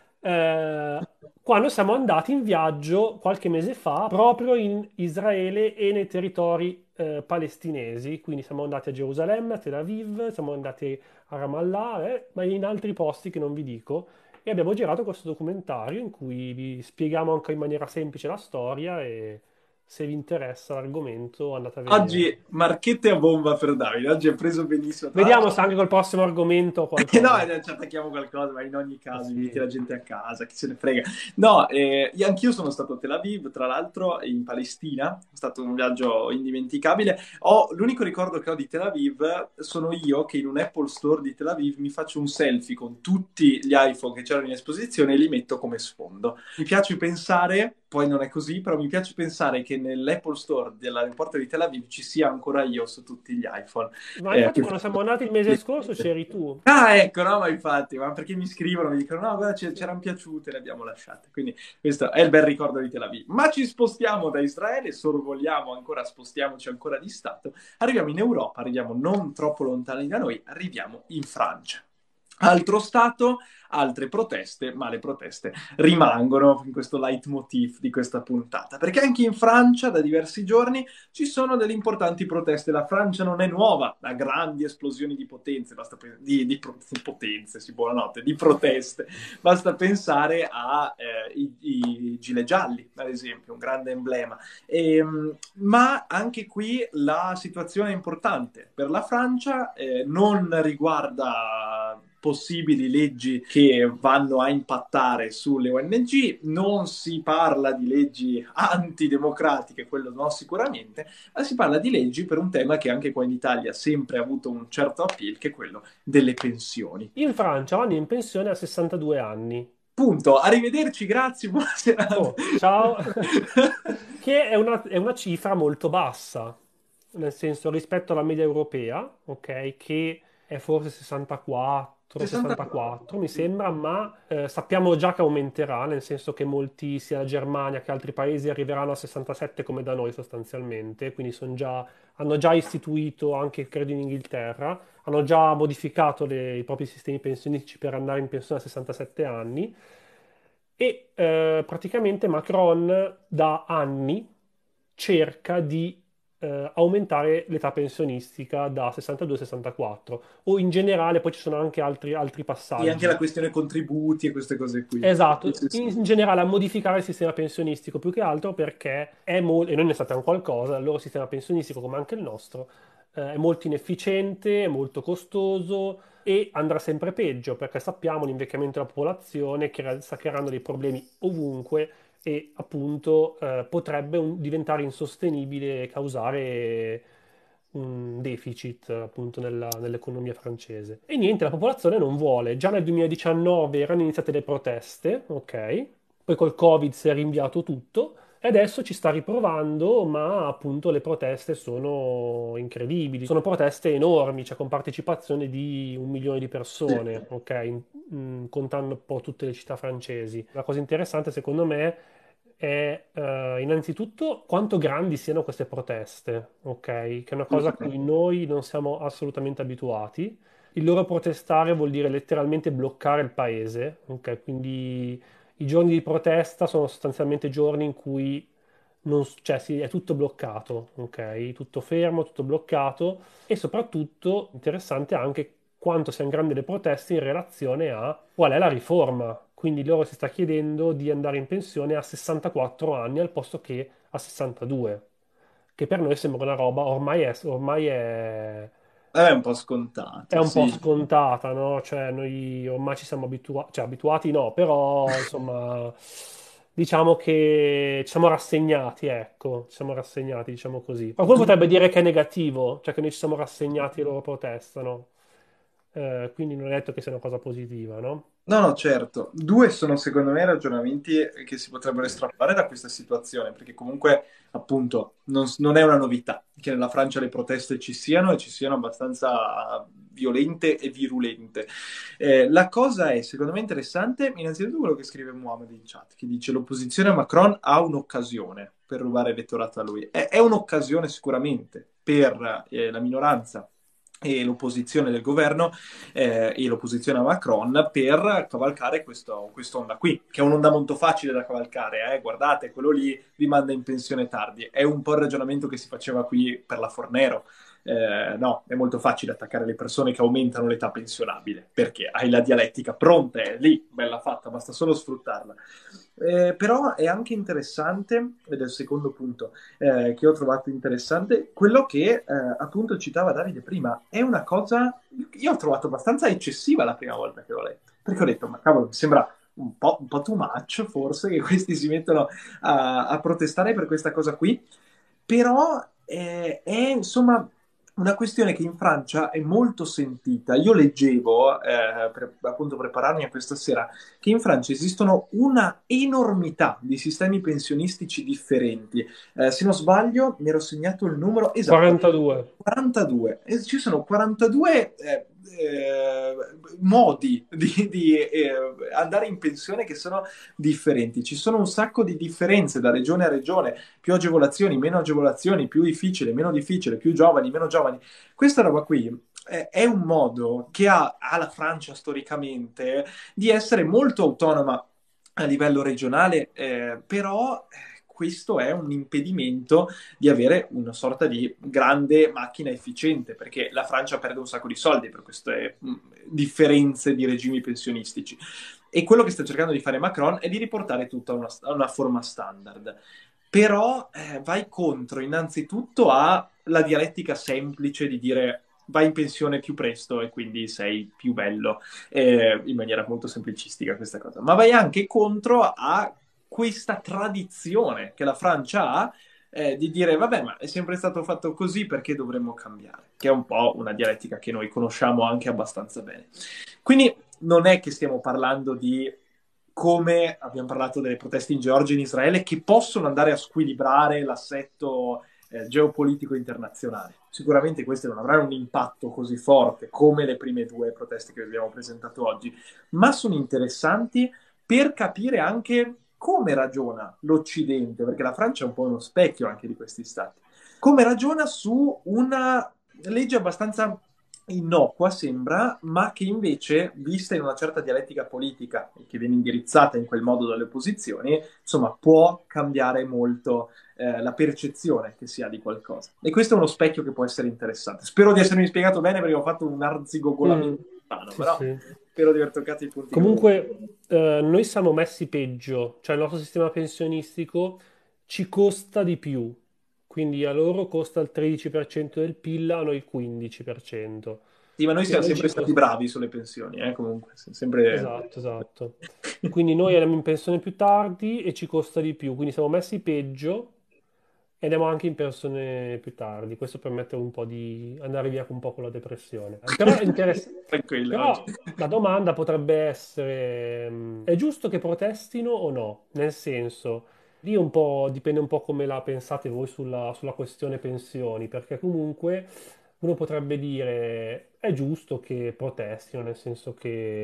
eh, quando siamo andati in viaggio qualche mese fa proprio in Israele e nei territori eh, palestinesi. Quindi siamo andati a Gerusalemme, a Tel Aviv, siamo andati a Ramallah, eh, ma in altri posti che non vi dico. E abbiamo girato questo documentario in cui vi spieghiamo anche in maniera semplice la storia e se vi interessa l'argomento andate a vedere. Oggi marchette a bomba per Davide, oggi è preso benissimo. Tra Vediamo l'altro, se anche col prossimo argomento eh, no, qualcosa. eh, ci attacchiamo a qualcosa, ma in ogni Ma caso inviti sì. la gente a casa, chi se ne frega. No, eh, io- anch'io sono stato a Tel Aviv, tra l'altro in Palestina, è stato un viaggio indimenticabile. Ho- l'unico ricordo che ho di Tel Aviv sono io che in un Apple Store di Tel Aviv mi faccio un selfie con tutti gli iPhone che c'erano in esposizione e li metto come sfondo. Mi piace pensare, poi non è così, però mi piace pensare che nell'Apple Store dell'aeroporto di Tel Aviv ci sia ancora io su tutti gli iPhone. Ma Eh, infatti quando siamo andati il mese scorso c'eri tu. Ah, ecco, no, ma infatti, ma perché mi scrivono, mi dicono, no, guarda, ci Sì. c'erano piaciute, le abbiamo lasciate. Quindi questo è il bel ricordo di Tel Aviv. Ma ci spostiamo da Israele, sorvoliamo ancora, spostiamoci ancora di stato, arriviamo in Europa, arriviamo non troppo lontani da noi, arriviamo in Francia. Altro stato, altre proteste, ma le proteste rimangono in questo leitmotiv di questa puntata, perché anche in Francia da diversi giorni ci sono delle importanti proteste. La Francia non è nuova a grandi esplosioni di potenze, basta pe- di, di pro- di potenze, sì, buonanotte, di proteste. Basta pensare a eh, i, i gilet gialli, ad esempio, un grande emblema. Ehm, ma anche qui la situazione è importante. Per la Francia eh, non riguarda possibili leggi che vanno a impattare sulle O N G, non si parla di leggi antidemocratiche, quello no sicuramente, ma si parla di leggi per un tema che anche qua in Italia ha sempre avuto un certo appeal, che è quello delle pensioni. In Francia vanno in pensione a sessantadue anni. Punto, arrivederci, grazie, buona serata. Oh, ciao! Che è una, è una cifra molto bassa, nel senso rispetto alla media europea, ok? Che è forse sessantaquattro, sessantaquattro. sessantaquattro mi sembra, ma eh, sappiamo già che aumenterà, nel senso che molti, sia la Germania che altri paesi, arriveranno a sessantasette come da noi sostanzialmente, quindi son già, hanno già istituito, anche credo in Inghilterra, hanno già modificato le- i propri sistemi pensionistici per andare in pensione a sessantasette anni. E eh, praticamente Macron da anni cerca di eh, aumentare l'età pensionistica da sessantadue a sessantaquattro o in generale poi ci sono anche altri, altri E anche la passaggi. questione contributi e queste cose qui. Sì, Esatto, sì, sì. in generale a modificare il sistema pensionistico più che altro perché è molto, e noi ne sappiamo qualcosa, il loro sistema pensionistico come anche il nostro eh, è molto inefficiente, è molto costoso e andrà sempre peggio perché sappiamo l'invecchiamento della popolazione crea- sta creando dei problemi ovunque e appunto eh, potrebbe un- diventare insostenibile e causare un deficit appunto nella- nell'economia francese. E niente, la popolazione non vuole. Già nel duemiladiciannove erano iniziate le proteste, ok? Poi col Covid si è rinviato tutto e adesso ci sta riprovando, ma appunto le proteste sono incredibili. Sono proteste enormi, cioè con partecipazione di un milione di Sì. persone, ok? In- mm, contando un po' tutte le città francesi. La cosa interessante secondo me è eh, innanzitutto quanto grandi siano queste proteste, ok? Che è una cosa a cui noi non siamo assolutamente abituati. Il loro protestare vuol dire letteralmente bloccare il paese, ok? Quindi i giorni di protesta sono sostanzialmente giorni in cui non, s- cioè, sì, è tutto bloccato, ok? Tutto fermo, tutto bloccato e soprattutto interessante anche quanto siano grandi le proteste in relazione a qual è la riforma. Quindi loro si sta chiedendo di andare in pensione a sessantaquattro anni al posto che a sessantadue, che per noi sembra una roba ormai è, ormai è, È un po' è scontato, un po' sì. scontata, no? Cioè noi ormai ci siamo abituati, cioè abituati no, però insomma diciamo che ci siamo rassegnati, ecco, ci siamo rassegnati, diciamo così. Qualcuno Du- potrebbe dire che è negativo, cioè che noi ci siamo rassegnati e loro protestano. Eh, quindi non è detto che sia una cosa positiva, no? No, no, certo. Due sono secondo me ragionamenti che si potrebbero estrapolare da questa situazione, perché comunque, appunto, non, non è una novità che nella Francia le proteste ci siano e ci siano abbastanza violente e virulente. Eh, la cosa è, secondo me, interessante, innanzitutto quello che scrive Mohamed in chat, che dice l'opposizione a Macron ha un'occasione per rubare elettorato a lui. È, è un'occasione sicuramente per eh, la minoranza e l'opposizione del governo eh, e l'opposizione a Macron per cavalcare questo, quest'onda qui, che è un'onda molto facile da cavalcare, eh? Guardate, quello lì vi manda in pensione tardi. È un po' il ragionamento che si faceva qui per la Fornero. Eh, no, è molto facile attaccare le persone che aumentano l'età pensionabile, perché hai la dialettica pronta, è lì, bella fatta, basta solo sfruttarla. Eh, però è anche interessante, ed è il secondo punto eh, che ho trovato interessante, quello che eh, appunto citava Davide prima, è una cosa io ho trovato abbastanza eccessiva la prima volta che l'ho letto, perché ho detto, ma cavolo, mi sembra un po', un po' too much forse che questi si mettono a, a protestare per questa cosa qui, però eh, è insomma una questione che in Francia è molto sentita. Io leggevo, eh, per appunto prepararmi a questa sera, che in Francia esistono una enormità di sistemi pensionistici differenti. Eh, se non sbaglio, mi ero segnato il numero esatto, quarantadue. quarantadue. E ci sono quarantadue eh, eh, modi di, di, eh, andare in pensione che sono differenti. Ci sono un sacco di differenze da regione a regione, più agevolazioni, meno agevolazioni, più difficile, meno difficile, più giovani, meno giovani. Questa roba qui eh, è un modo che ha, ha la Francia storicamente di essere molto autonoma a livello regionale, eh, però eh, questo è un impedimento di avere una sorta di grande macchina efficiente, perché la Francia perde un sacco di soldi per queste mh, differenze di regimi pensionistici. E quello che sta cercando di fare Macron è di riportare tutto a una, a una forma standard. Però eh, vai contro innanzitutto alla dialettica semplice di dire vai in pensione più presto e quindi sei più bello, eh, in maniera molto semplicistica questa cosa. Ma vai anche contro a questa tradizione che la Francia ha eh, di dire vabbè, ma è sempre stato fatto così, perché dovremmo cambiare? Che è un po' una dialettica che noi conosciamo anche abbastanza bene. Quindi non è che stiamo parlando di come abbiamo parlato delle proteste in Georgia e in Israele, che possono andare a squilibrare l'assetto eh, geopolitico internazionale. Sicuramente queste non avranno un impatto così forte come le prime due proteste che vi abbiamo presentato oggi, ma sono interessanti per capire anche come ragiona l'Occidente, perché la Francia è un po' uno specchio anche di questi stati, come ragiona su una legge abbastanza innocua, sembra, ma che invece, vista in una certa dialettica politica e che viene indirizzata in quel modo dalle opposizioni, insomma, può cambiare molto eh, la percezione che si ha di qualcosa. E questo è uno specchio che può essere interessante. Spero di essermi spiegato bene perché ho fatto un Mm, arzigogolamento strano, sì, però sì. spero di aver toccato i punti che volevo. Comunque, eh, noi siamo messi peggio, cioè il nostro sistema pensionistico ci costa di più, quindi a loro costa il tredici per cento del P I L, a noi il quindici per cento. Sì, ma noi Quindi siamo a noi sempre ci stati costa... bravi sulle pensioni, eh, comunque, sempre... Esatto, esatto. Quindi noi andiamo in pensione più tardi e ci costa di più, quindi siamo messi peggio e andiamo anche in pensione più tardi. Questo permette un po' di andare via un po' con la depressione. Però è interessante. Tranquillo oggi. Però la domanda potrebbe essere, mh, è giusto che protestino o no? Nel senso, lì un po' dipende un po' come la pensate voi sulla, sulla questione pensioni, perché comunque uno potrebbe dire è giusto che protestino, nel senso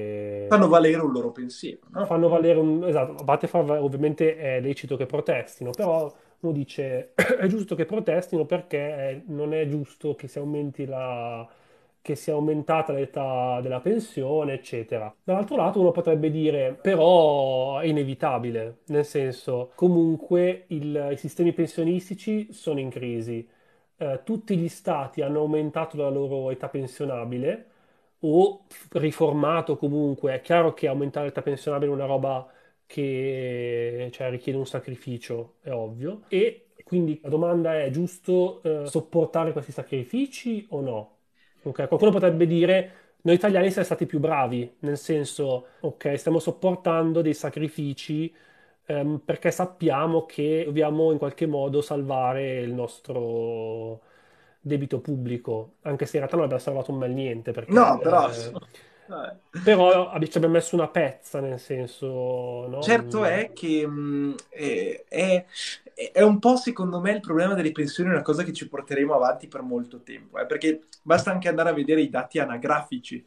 che Fanno valere un loro pensiero, no? fanno valere un... Esatto, a parte far, va- ovviamente è lecito che protestino, però uno dice è giusto che protestino perché eh, non è giusto che si aumenti la... che sia aumentata l'età della pensione, eccetera. Dall'altro lato uno potrebbe dire però è inevitabile, nel senso comunque il- i sistemi pensionistici sono in crisi. Eh, tutti gli stati hanno aumentato la loro età pensionabile, o riformato comunque. È chiaro che aumentare l'età pensionabile è una roba che cioè, richiede un sacrificio, è ovvio. E quindi la domanda è: giusto eh, sopportare questi sacrifici o no? Ok, qualcuno potrebbe dire: noi italiani siamo stati più bravi, nel senso, ok, stiamo sopportando dei sacrifici ehm, perché sappiamo che dobbiamo in qualche modo salvare il nostro debito pubblico, anche se in realtà non abbiamo salvato un bel niente, perché No, però, eh, vabbè. però abbi- ci abbiamo messo una pezza, nel senso, no? Certo Mm. è che mh, è, è- è un po', secondo me, il problema delle pensioni, è una cosa che ci porteremo avanti per molto tempo, eh, perché basta anche andare a vedere i dati anagrafici.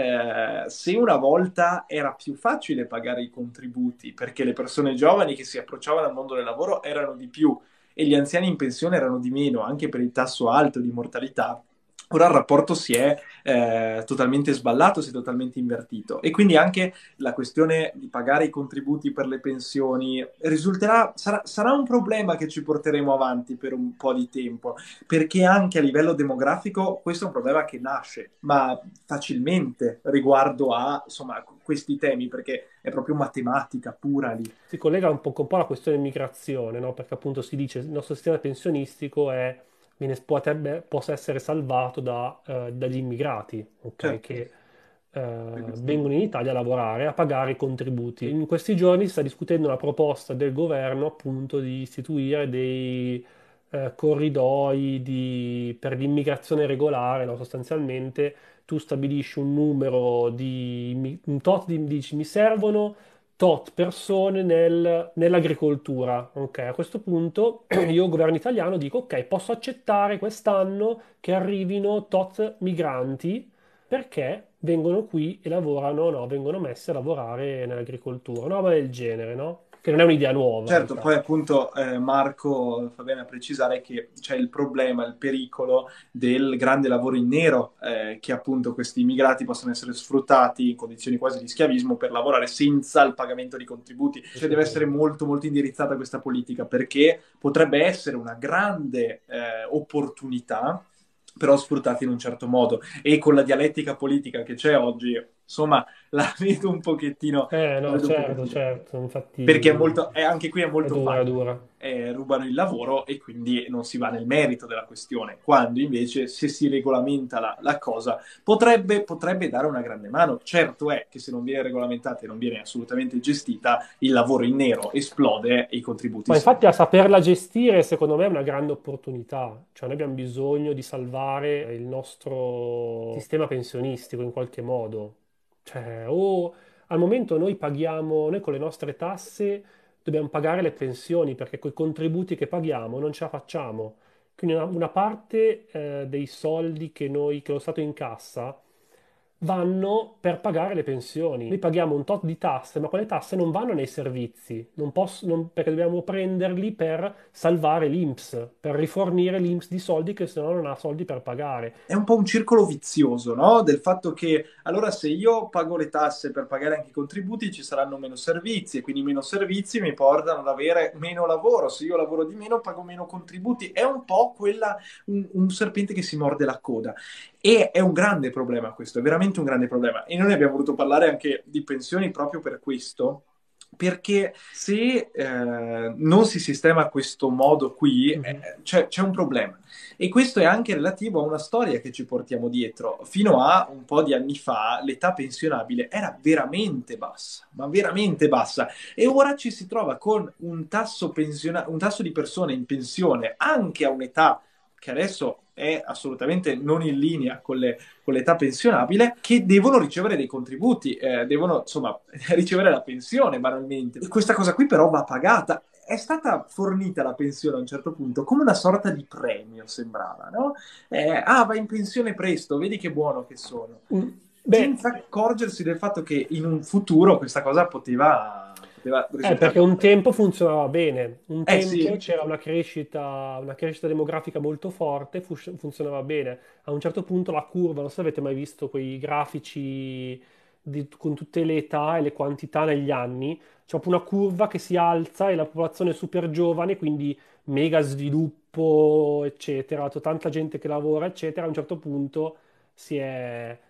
Eh, se una volta era più facile pagare i contributi perché le persone giovani che si approcciavano al mondo del lavoro erano di più e gli anziani in pensione erano di meno, anche per il tasso alto di mortalità, ora il rapporto si è eh, totalmente sballato, si è totalmente invertito. E quindi anche la questione di pagare i contributi per le pensioni risulterà, sarà, sarà un problema che ci porteremo avanti per un po' di tempo, perché anche a livello demografico questo è un problema che nasce, ma facilmente riguardo a insomma, questi temi, perché è proprio matematica pura lì. Si collega un po', un po' alla questione migrazione, no? Perché appunto si dice che il nostro sistema pensionistico è, viene, potrebbe, possa essere salvato da, eh, dagli immigrati, ok? Certo, Che eh, questo- vengono in Italia a lavorare, a pagare i contributi. In questi giorni si sta discutendo una proposta del governo appunto di istituire dei eh, corridoi di- per l'immigrazione regolare, no? Sostanzialmente tu stabilisci un numero di, un tot di, dici mi servono tot persone nel- nell'agricoltura. Ok, a questo punto io, governo italiano, dico ok, posso accettare quest'anno che arrivino tot migranti perché vengono qui e lavorano, no, vengono messi a lavorare nell'agricoltura, una roba del genere, no? Che non è un'idea nuova in Certo, realtà. poi appunto eh, Marco fa bene a precisare che c'è il problema, il pericolo del grande lavoro in nero, eh, che appunto questi immigrati possono essere sfruttati in condizioni quasi di schiavismo per lavorare senza il pagamento di contributi. Cioè deve essere Assolutamente. molto molto indirizzata questa politica perché potrebbe essere una grande eh, opportunità, però sfruttata in un certo modo. E con la dialettica politica che c'è oggi, insomma, la vedo un pochettino, Eh la no, vedo un certo, pochettino certo, perché è infatti molto, è, anche qui è è molto dura, è facile. dura. Eh, rubano il lavoro e quindi non si va nel merito della questione, quando invece se si regolamenta la, la cosa potrebbe, potrebbe dare una grande mano. Certo è che se non viene regolamentata e non viene assolutamente gestita, il lavoro in nero esplode e i contributi Ma si... infatti a saperla gestire, secondo me, è una grande opportunità. Cioè, noi abbiamo bisogno di salvare il nostro sistema pensionistico in qualche modo. Cioè, o al momento noi paghiamo, noi con le nostre tasse dobbiamo pagare le pensioni perché con i contributi che paghiamo non ce la facciamo. Quindi una, una parte eh, dei soldi che noi, che lo Stato incassa, vanno per pagare le pensioni. Noi paghiamo un tot di tasse, ma quelle tasse non vanno nei servizi, non posso- non- perché dobbiamo prenderli per salvare l'I N P S, per rifornire l'I N P S di soldi che se no non ha soldi per pagare. È un po' un circolo vizioso, no? Del fatto che allora se io pago le tasse per pagare anche i contributi ci saranno meno servizi e quindi meno servizi mi portano ad avere meno lavoro. Se io lavoro di meno pago meno contributi. È un po' quella, un, un serpente che si morde la coda. E è un grande problema questo, è veramente un grande problema. E noi abbiamo voluto parlare anche di pensioni proprio per questo. Perché se eh, non si sistema questo modo qui, Mhm. eh, c'è, c'è un problema. E questo è anche relativo a una storia che ci portiamo dietro. Fino a un po' di anni fa l'età pensionabile era veramente bassa, ma veramente bassa. E ora ci si trova con un tasso, pensiona- un tasso di persone in pensione anche a un'età che adesso è assolutamente non in linea con, le, con l'età pensionabile, che devono ricevere dei contributi, eh, devono insomma ricevere la pensione banalmente. E questa cosa qui però va pagata. È stata fornita la pensione a un certo punto come una sorta di premio, sembrava, no? Eh, ah, vai in pensione presto, vedi che buono che sono. Mm, Beh, Senza accorgersi del fatto che in un futuro questa cosa poteva, poteva Eh, risultare. perché un tempo funzionava bene, un Eh tempo sì, c'era una crescita, una crescita demografica molto forte, fu- funzionava bene. A un certo punto la curva, non so se avete mai visto quei grafici di- con tutte le età e le quantità negli anni, c'è proprio una curva che si alza e la popolazione è super giovane, quindi mega sviluppo, eccetera, c'è tanta gente che lavora, eccetera. A un certo punto si è,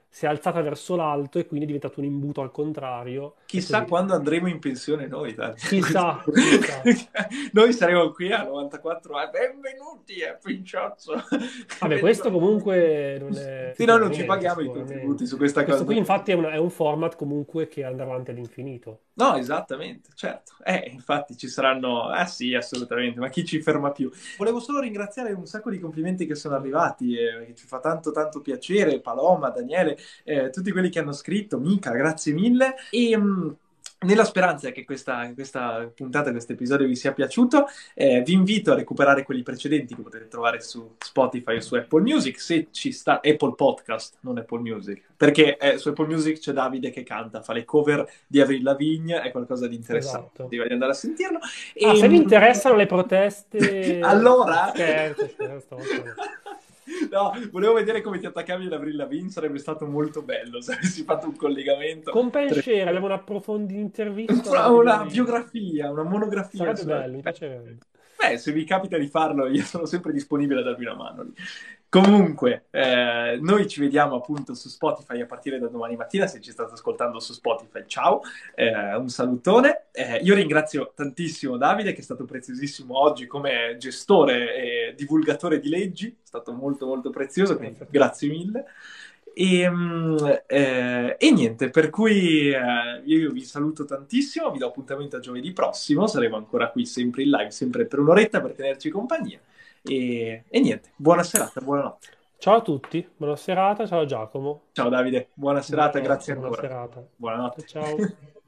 si è alzata verso l'alto e quindi è diventato un imbuto al contrario. E Chissà così. quando andremo in pensione noi, dai. Chissà, chissà. Noi saremo qui a novantaquattro anni. Benvenuti a Pinciozzo. Vabbè, questo comunque non è Sì, noi non ci sicuramente, paghiamo i contributi sicuramente. su questa Questo cosa. qui infatti è, una- è un format comunque che andrà avanti all'infinito. No, esattamente, certo. Eh, infatti ci saranno... Ah sì, assolutamente, ma chi ci ferma più? Volevo solo ringraziare un sacco di complimenti che sono arrivati, eh, che ci fa tanto tanto piacere, Paloma, Daniele, eh, tutti quelli che hanno scritto, Mica, grazie mille. E mh, nella speranza che questa, questa puntata, questo episodio vi sia piaciuto, eh, vi invito a recuperare quelli precedenti che potete trovare su Spotify o su Apple Music, se ci sta Apple Podcast, non Apple Music, perché eh, su Apple Music c'è Davide che canta, fa le cover di Avril Lavigne, è qualcosa di interessante, Esatto. devi andare a sentirlo. Ah, E, se vi interessano le proteste... No, allora... scherzo, scherzo, stavolta no. No, volevo vedere come ti attaccavi ad Avril Lavigne, sarebbe stato molto bello se avessi fatto un collegamento. Con Penshare abbiamo una approfondita intervista ad Una, Avril una Lavigne. biografia, una monografia. Sarebbe su- bello, mi piacerebbe. Beh, se vi capita di farlo, io sono sempre disponibile a darvi una mano lì. Comunque, eh, noi ci vediamo appunto su Spotify a partire da domani mattina. Se ci state ascoltando su Spotify, ciao, eh, un salutone. Eh, io ringrazio tantissimo Davide, che è stato preziosissimo oggi come gestore e divulgatore di leggi, è stato molto molto prezioso, quindi Grazie a te. grazie mille. E, mm, eh, e niente, per cui eh, io vi saluto tantissimo, vi do appuntamento a giovedì prossimo, saremo ancora qui sempre in live, sempre per un'oretta per tenerci compagnia. E, e niente, buona serata, buonanotte. Ciao a tutti, buona serata, ciao Giacomo. Ciao Davide, buona serata, Buonanotte, grazie buona ancora. serata. Ciao Buonanotte. ciao.